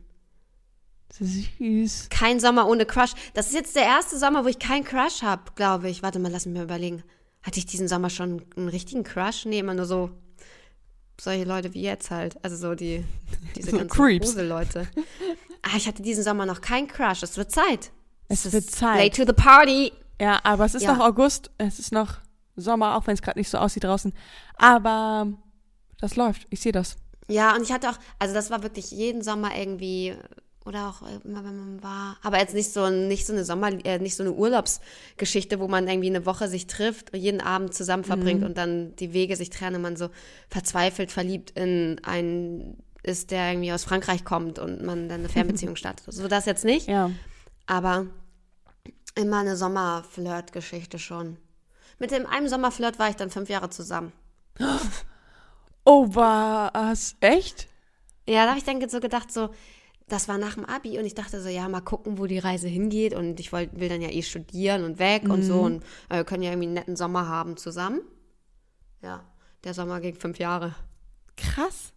Süß. Kein Sommer ohne Crush. Das ist jetzt der erste Sommer, wo ich keinen Crush habe, glaube ich. Warte mal, lass mich mal überlegen. Hatte ich diesen Sommer schon einen richtigen Crush? Nee, immer nur so solche Leute wie jetzt halt. Also so diese so ganzen Creeps. Grusel-Leute. Ich hatte diesen Sommer noch keinen Crush. Es wird Zeit. Es wird Zeit. Late to the party. Ja, aber es ist noch August. Es ist noch Sommer, auch wenn es gerade nicht so aussieht draußen. Aber das läuft. Ich sehe das. Ja, und ich hatte auch, also das war wirklich jeden Sommer irgendwie, oder auch immer, wenn man war, aber jetzt nicht so eine Urlaubsgeschichte, wo man irgendwie eine Woche sich trifft und jeden Abend zusammen verbringt und dann die Wege sich trennen und man so verzweifelt verliebt in einen ist, der irgendwie aus Frankreich kommt und man dann eine Fernbeziehung startet. So das jetzt nicht, aber immer eine Sommerflirt-Geschichte schon. Mit dem einen Sommerflirt war ich dann 5 Jahre zusammen. Oh, was? Echt? Ja, da habe ich dann so gedacht, so, das war nach dem Abi und ich dachte so, ja, mal gucken, wo die Reise hingeht und ich will dann ja studieren und weg und so und wir können ja irgendwie einen netten Sommer haben zusammen. Ja, der Sommer ging 5 Jahre. Krass.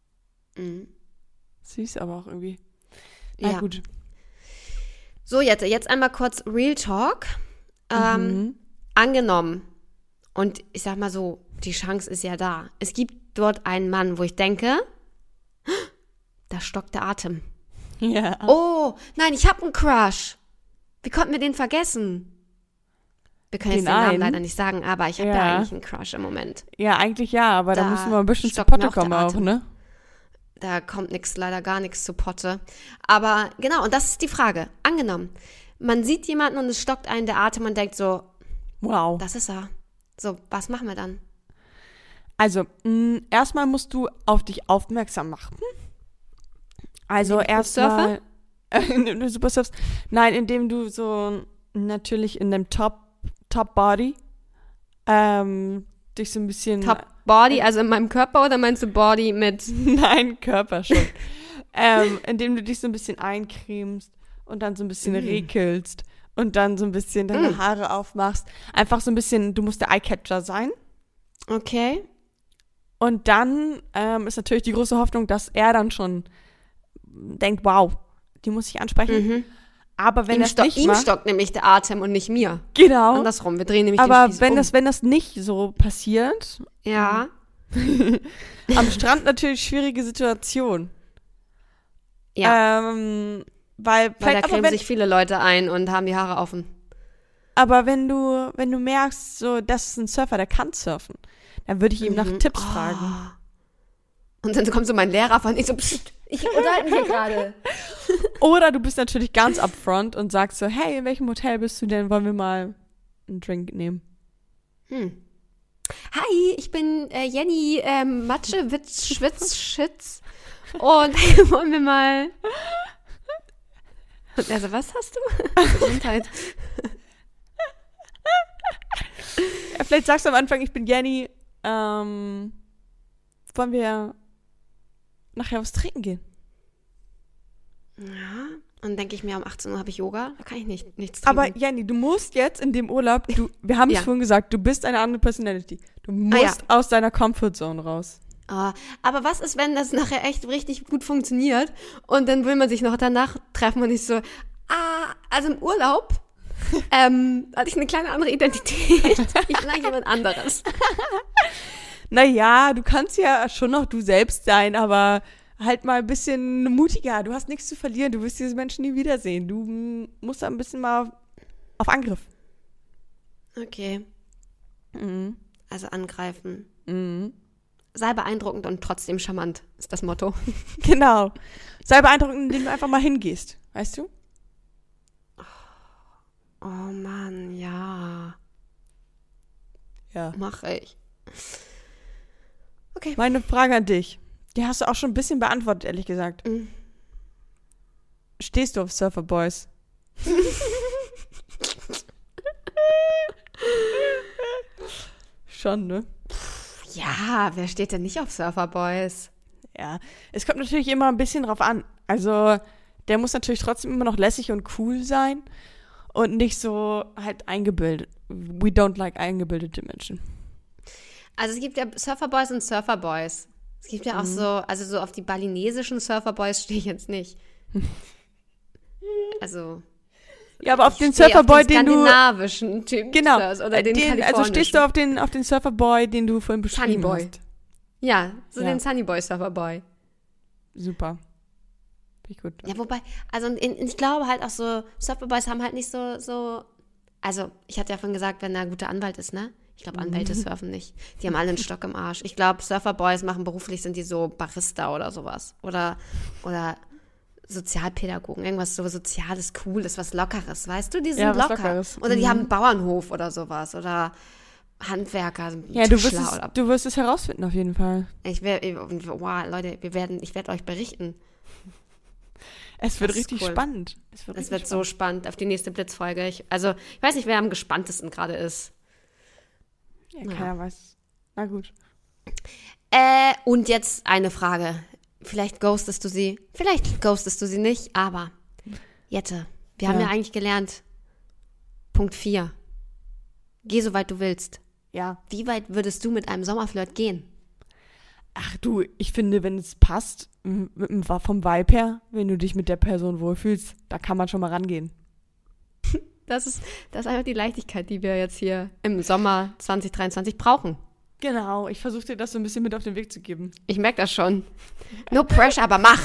Süß aber auch irgendwie. Na gut. So, jetzt einmal kurz Real Talk. Angenommen, und ich sag mal so, die Chance ist ja da. Es gibt dort einen Mann, wo ich denke, da stockt der Atem. Ja. Oh, nein, ich habe einen Crush. Wie konnten wir den vergessen? Wir können jetzt den Namen leider nicht sagen, aber ich habe da eigentlich einen Crush im Moment. Ja, eigentlich ja, aber da müssen wir ein bisschen zu Potte kommen auch, ne? Da kommt leider gar nichts zu Potte. Aber genau, und das ist die Frage. Angenommen, man sieht jemanden und es stockt einen der Atem und denkt so, wow, das ist er. So, was machen wir dann? Also, erstmal musst du auf dich aufmerksam machen. Also erstmal, indem du super surfst. Nein, indem du so natürlich in dem Top-Body dich so ein bisschen... Top-Body, also in meinem Körper oder meinst du Body mit... Nein, Körper schon. Indem du dich so ein bisschen eincremst und dann so ein bisschen rekelst und dann so ein bisschen deine Haare aufmachst. Einfach so ein bisschen, du musst der Eyecatcher sein. Okay. Und dann ist natürlich die große Hoffnung, dass er dann schon denkt, wow, die muss ich ansprechen. Aber wenn das nicht ihm stockt nämlich der Atem und nicht mir. Genau. Andersrum, wir drehen nämlich aber den Spieß wenn das nicht so passiert, ja. Am Strand natürlich schwierige Situation. Ja. Weil da cremen sich viele Leute ein und haben die Haare offen. Aber wenn du merkst, so, das ist ein Surfer, der kann surfen, dann würde ich ihm nach Tipps fragen. Und dann kommt so mein Lehrer von, ich so, pst, ich unterhalte mich hier gerade. Oder du bist natürlich ganz upfront und sagst so, hey, in welchem Hotel bist du denn? Wollen wir mal einen Drink nehmen? Hi, ich bin Jenny Matschewitz-Schwitz-Schitz und wollen wir mal... Also, was hast du? Gesundheit. Ja, vielleicht sagst du am Anfang, ich bin Jenny, wollen wir nachher was trinken gehen? Ja, und denke ich mir, um 18 Uhr habe ich Yoga, da kann ich nichts trinken. Aber Jenny, du musst jetzt in dem Urlaub, wir haben es vorhin gesagt, du bist eine andere Personality. Du musst aus deiner Comfortzone raus. Aber was ist, wenn das nachher echt richtig gut funktioniert und dann will man sich noch danach treffen und ich so, also im Urlaub hatte ich eine kleine andere Identität. Ich bin eigentlich jemand anderes. Naja, du kannst ja schon noch du selbst sein, aber halt mal ein bisschen mutiger. Du hast nichts zu verlieren. Du wirst diese Menschen nie wiedersehen. Du musst da ein bisschen mal auf Angriff. Okay. Also angreifen. Sei beeindruckend und trotzdem charmant, ist das Motto. Genau. Sei beeindruckend, indem du einfach mal hingehst. Weißt du? Oh Mann, ja. Ja. Mach ich. Okay. Meine Frage an dich. Die hast du auch schon ein bisschen beantwortet, ehrlich gesagt. Stehst du auf Surfer Boys? Schon, ne? Ja, wer steht denn nicht auf Surferboys? Ja, es kommt natürlich immer ein bisschen drauf an. Also, der muss natürlich trotzdem immer noch lässig und cool sein und nicht so halt eingebildet. We don't like eingebildete Menschen. Also es gibt ja Surferboys und Surferboys. Es gibt ja auch so, also so auf die balinesischen Surferboys stehe ich jetzt nicht. Also ja, aber auf den Surferboy, den du skandinavischen Typ genau, oder den kalifornischen. Also stehst du auf den Surferboy, den du vorhin beschrieben Sunnyboy. hast. Ja, so den Sunnyboy Surferboy. Super. Finde ich gut. Ja, wobei, also ich glaube halt auch so, Surferboys haben halt nicht so, also ich hatte ja vorhin gesagt, wenn er ein guter Anwalt ist, ne? Ich glaube, Anwälte surfen nicht. Die haben alle einen Stock im Arsch. Ich glaube, Surferboys machen beruflich, sind die so Barista oder sowas. Oder Sozialpädagogen, irgendwas so Soziales, Cooles, was Lockeres, weißt du? Die sind locker. Lockeres. Oder die haben einen Bauernhof oder sowas. Oder Handwerker. Ja, du wirst es herausfinden auf jeden Fall. Wow, Leute, ich werde euch berichten. Es wird richtig spannend. Es wird so spannend auf die nächste Blitzfolge. Ich weiß nicht, wer am gespanntesten gerade ist. Ja, keiner weiß. Na gut. Und jetzt eine Frage. Vielleicht ghostest du sie nicht, aber Jette, wir haben ja eigentlich gelernt, Punkt 4. Geh so weit du willst. Ja. Wie weit würdest du mit einem Sommerflirt gehen? Ach du, ich finde, wenn es passt, vom Vibe her, wenn du dich mit der Person wohlfühlst, da kann man schon mal rangehen. Das ist einfach die Leichtigkeit, die wir jetzt hier im Sommer 2023 brauchen. Genau, ich versuche dir das so ein bisschen mit auf den Weg zu geben. Ich merke das schon. No pressure, aber mach.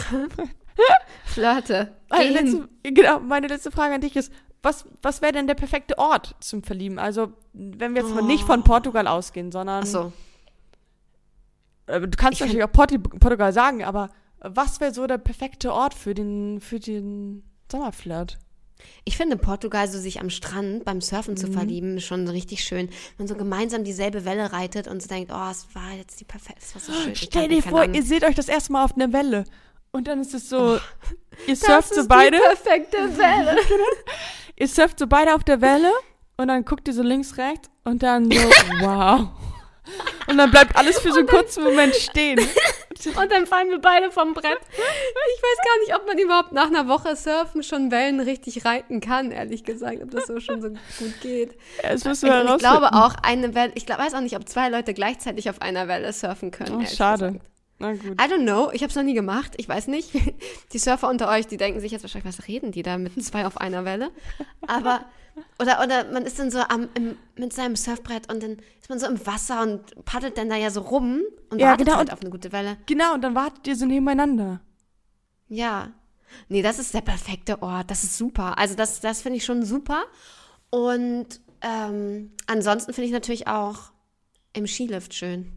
Flirte. Meine letzte Frage an dich ist, was wäre denn der perfekte Ort zum Verlieben? Also, wenn wir jetzt mal nicht von Portugal ausgehen, sondern... Ach so. Du kannst natürlich auch Portugal sagen, aber was wäre so der perfekte Ort für den Sommerflirt? Ich finde Portugal, so sich am Strand beim Surfen zu verlieben, schon richtig schön. Wenn man so gemeinsam dieselbe Welle reitet und so denkt, oh, es war jetzt die perfekte, es war so schön. Stell dir vor, ihr seht euch das erste Mal auf einer Welle und dann ist es so, ihr surft so beide. Das ist die perfekte Welle. Ihr surft so beide auf der Welle und dann guckt ihr so links, rechts und dann so, wow. Und dann bleibt alles für so einen kurzen Moment stehen. Und dann fallen wir beide vom Brett. Ich weiß gar nicht, ob man überhaupt nach einer Woche Surfen schon Wellen richtig reiten kann, ehrlich gesagt, ob das so schon so gut geht. Ja, das müssen wir herausfinden. Ich glaube auch, weiß auch nicht, ob 2 Leute gleichzeitig auf einer Welle surfen können. Oh, schade. Gesagt. Na gut. I don't know, ich habe es noch nie gemacht, ich weiß nicht. Die Surfer unter euch, die denken sich jetzt wahrscheinlich, was reden die da mit 2 auf einer Welle? Aber... Oder man ist dann so mit seinem Surfbrett und dann ist man so im Wasser und paddelt dann da ja so rum und wartet halt auf eine gute Welle. Genau, und dann wartet ihr so nebeneinander. Ja. Nee, das ist der perfekte Ort. Das ist super. Also das finde ich schon super. Und ansonsten finde ich natürlich auch im Skilift schön.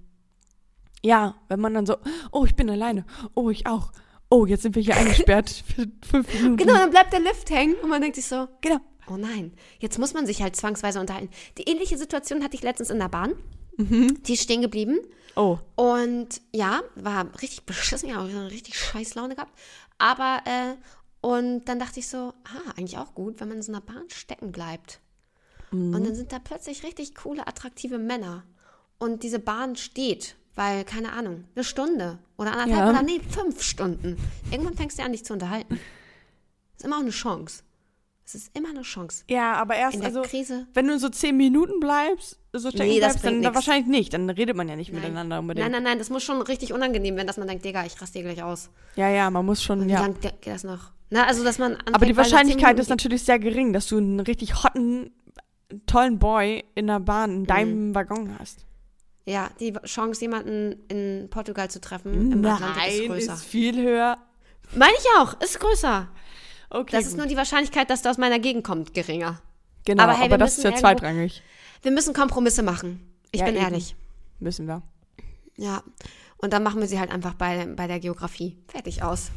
Ja, wenn man dann so, oh, ich bin alleine. Oh, ich auch. Oh, jetzt sind wir hier eingesperrt für 5 Minuten. Genau, dann bleibt der Lift hängen und man denkt sich so, genau. Oh nein, jetzt muss man sich halt zwangsweise unterhalten. Die ähnliche Situation hatte ich letztens in der Bahn. Die ist stehen geblieben. Oh. Und ja, war richtig beschissen. Ja, eine richtig scheiß Laune gehabt. Aber, und dann dachte ich so, eigentlich auch gut, wenn man in so einer Bahn stecken bleibt. Und dann sind da plötzlich richtig coole, attraktive Männer. Und diese Bahn steht, weil, keine Ahnung, 1 Stunde oder 1,5 oder 5 Stunden. Irgendwann fängst du an, dich zu unterhalten. Ist immer auch eine Chance. Es ist immer eine Chance. Ja, aber erst, in der Krise. Wenn du so 10 Minuten bleibst, so stecken bleibst, dann wahrscheinlich nicht. Dann redet man ja nicht miteinander unbedingt. Nein, das muss schon richtig unangenehm werden, dass man denkt, Digga, ich raste dir gleich aus. Ja, man muss schon, wie lange geht das noch? Na, also, dass man aber die Wahrscheinlichkeit ist natürlich sehr gering, dass du einen richtig hotten, tollen Boy in der Bahn, in deinem Waggon hast. Ja, die Chance, jemanden in Portugal zu treffen, im Atlantik ist größer. Ist viel höher. Meine ich auch, ist größer. Okay, das ist nur die Wahrscheinlichkeit, dass du aus meiner Gegend kommst, geringer. Genau, aber das ist ja zweitrangig. Wir müssen Kompromisse machen. Ich bin ehrlich. Müssen wir. Ja, und dann machen wir sie halt einfach bei der Geografie. Fertig aus.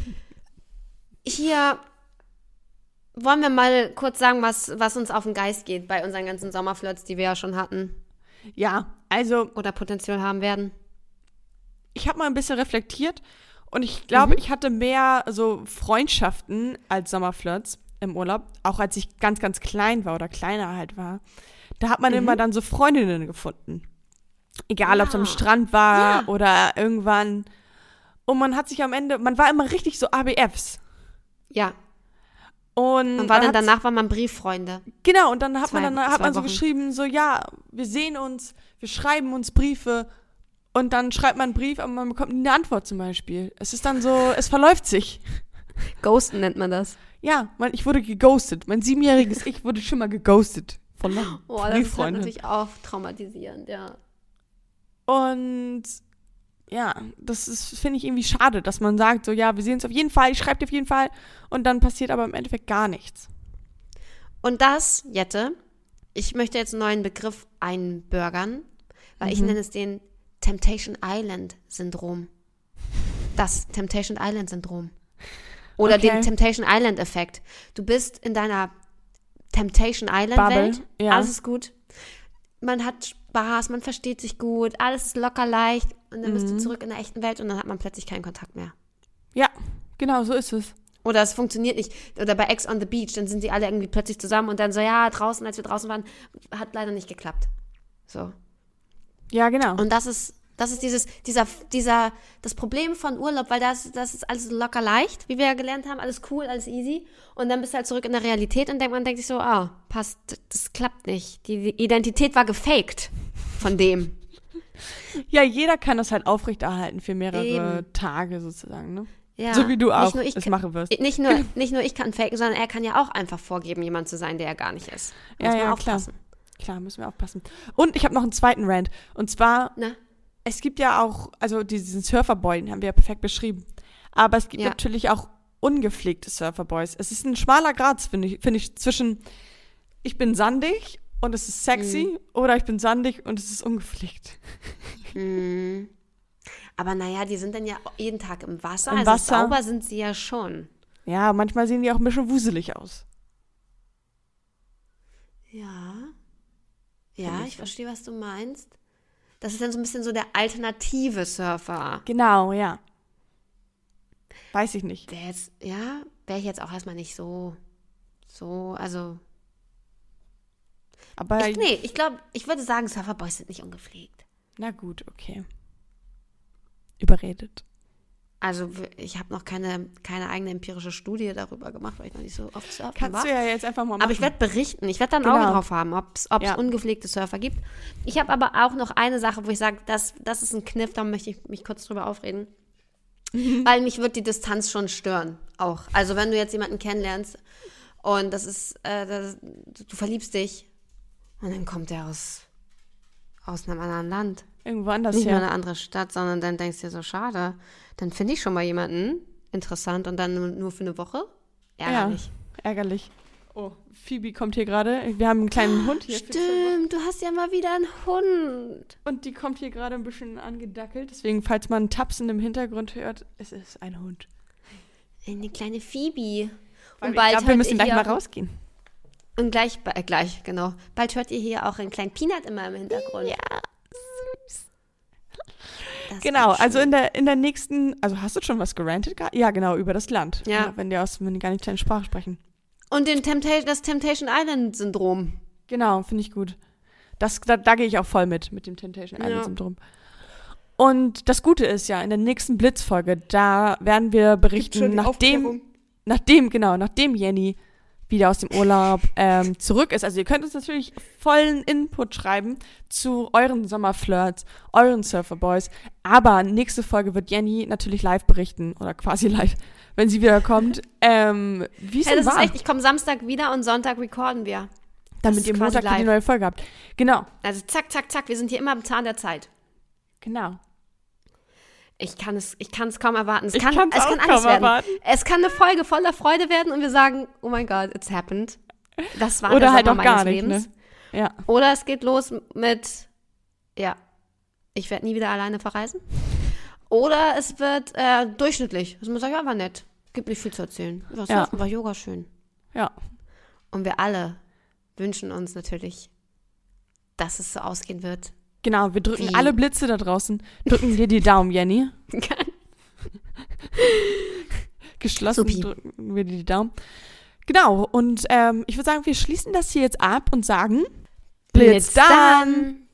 Hier wollen wir mal kurz sagen, was uns auf den Geist geht bei unseren ganzen Sommerflirts, die wir ja schon hatten. Ja, also... Oder Potenzial haben werden. Ich habe mal ein bisschen reflektiert und ich glaube, ich hatte mehr so Freundschaften als Sommerflirts im Urlaub. Auch als ich ganz, ganz klein war oder kleiner halt war. Da hat man immer dann so Freundinnen gefunden. Egal, ob es am Strand war oder irgendwann. Und man hat sich am Ende, man war immer richtig so ABFs. Ja. Und danach war man Brieffreunde. Genau, und dann hat man so geschrieben, so ja, wir sehen uns, wir schreiben uns Briefe und dann schreibt man einen Brief, aber man bekommt nie eine Antwort zum Beispiel. Es ist dann so, es verläuft sich. Ghosten nennt man das. Ja, ich wurde geghostet. Mein 7-jähriges Ich wurde schon mal geghostet von meiner Brieffreundin. Das ist halt natürlich auch traumatisierend, ja. Und ja, das ist, finde ich, irgendwie schade, dass man sagt, so ja, wir sehen uns auf jeden Fall, ich schreibe dir auf jeden Fall und dann passiert aber im Endeffekt gar nichts. Und das, Jette, ich möchte jetzt einen neuen Begriff einbürgern, weil ich nenne es den Temptation Island Syndrom. Das Temptation Island Syndrom. Oder den Temptation Island Effekt. Du bist in deiner Temptation Island Welt, alles ist gut. Man hat Spaß, man versteht sich gut, alles ist locker leicht und dann bist du zurück in der echten Welt und dann hat man plötzlich keinen Kontakt mehr. Ja, genau, so ist es. Oder es funktioniert nicht. Oder bei Ex on the Beach, dann sind sie alle irgendwie plötzlich zusammen und dann so, ja, draußen, als wir draußen waren, hat leider nicht geklappt. So. Ja, genau. Und das ist das Problem von Urlaub, weil das ist alles locker leicht, wie wir ja gelernt haben, alles cool, alles easy. Und dann bist du halt zurück in der Realität und man denkt sich so, passt, das klappt nicht. Die Identität war gefaked von dem. Ja, jeder kann das halt aufrechterhalten für mehrere Tage sozusagen, ne? Ja, so wie du auch es machen wirst. Nicht nur ich kann faken, sondern er kann ja auch einfach vorgeben, jemand zu sein, der er gar nicht ist. Muss man aufpassen. Klar, müssen wir aufpassen. Und ich habe noch einen zweiten Rant. Und zwar, es gibt ja auch, also diesen Surferboy, den haben wir ja perfekt beschrieben. Aber es gibt natürlich auch ungepflegte Surferboys. Es ist ein schmaler Grat, finde ich, zwischen ich bin sandig und es ist sexy oder ich bin sandig und es ist ungepflegt. Aber naja, die sind dann ja jeden Tag im Wasser. Also sauber sind sie ja schon. Ja, manchmal sehen die auch ein bisschen wuselig aus. Ja, ich verstehe, was du meinst. Das ist dann so ein bisschen so der alternative Surfer. Genau, ja. Weiß ich nicht. Wäre ich jetzt auch erstmal nicht so, also. Aber ich glaube, ich würde sagen, Surferboys sind nicht ungepflegt. Na gut, okay. Überredet. Also ich habe noch keine eigene empirische Studie darüber gemacht, weil ich noch nicht so oft surfen war. Kannst du ja jetzt einfach mal machen. Aber ich werde berichten. Ich werde da ein Auge drauf haben, ob es ungepflegte Surfer gibt. Ich habe aber auch noch eine Sache, wo ich sage, das ist ein Kniff, da möchte ich mich kurz drüber aufreden. Weil mich wird die Distanz schon stören, auch. Also wenn du jetzt jemanden kennenlernst und das ist, du verliebst dich und dann kommt der aus einem anderen Land. Irgendwo anders Nicht nur eine andere Stadt, sondern dann denkst du dir so, schade. Dann finde ich schon mal jemanden interessant und dann nur für eine Woche? Ärgerlich. Ja, ärgerlich. Oh, Phoebe kommt hier gerade. Wir haben einen kleinen Hund hier. Stimmt, du hast ja mal wieder einen Hund. Und die kommt hier gerade ein bisschen angedackelt. Deswegen, falls man Tapsen im Hintergrund hört, es ist ein Hund. Eine kleine Phoebe. Und bald ich glaube, wir müssen gleich mal rausgehen. Und gleich, genau. Bald hört ihr hier auch einen kleinen Peanut immer im Hintergrund. Ja. Genau, also in der nächsten, also hast du schon was gerantet? Ja, genau, über das Land. Ja. Wenn die gar nicht deine Sprache sprechen. Und das Temptation Island Syndrom. Genau, finde ich gut. Da gehe ich auch voll mit dem Temptation Island Syndrom. Und das Gute ist ja, in der nächsten Blitzfolge, da werden wir berichten, nachdem Jenny wieder aus dem Urlaub zurück ist. Also ihr könnt uns natürlich vollen Input schreiben zu euren Sommerflirts, euren Surferboys. Aber nächste Folge wird Jenny natürlich live berichten oder quasi live, wenn sie wieder kommt. Wie es denn war. Ist echt, ich komme Samstag wieder und Sonntag recorden wir. Damit ihr Montag die neue Folge habt. Genau. Also zack, zack, zack, wir sind hier immer am Zahn der Zeit. Genau. Ich kann es kaum erwarten. Es kann alles werden. Es kann eine Folge voller Freude werden und wir sagen, oh mein Gott, it's happened. Das war der Sommer meines Lebens. Ne? Ja. Oder es geht los mit, ich werde nie wieder alleine verreisen. Oder es wird durchschnittlich. Also man sagt, ja, war nett. Gibt nicht viel zu erzählen. War Yoga schön. Ja. Und wir alle wünschen uns natürlich, dass es so ausgehen wird. Genau, wir drücken alle Blitze da draußen. Drücken dir die Daumen, Jenny. Geschlossen drücken wir dir die Daumen. Genau, und ich würde sagen, wir schließen das hier jetzt ab und sagen Blitz dann!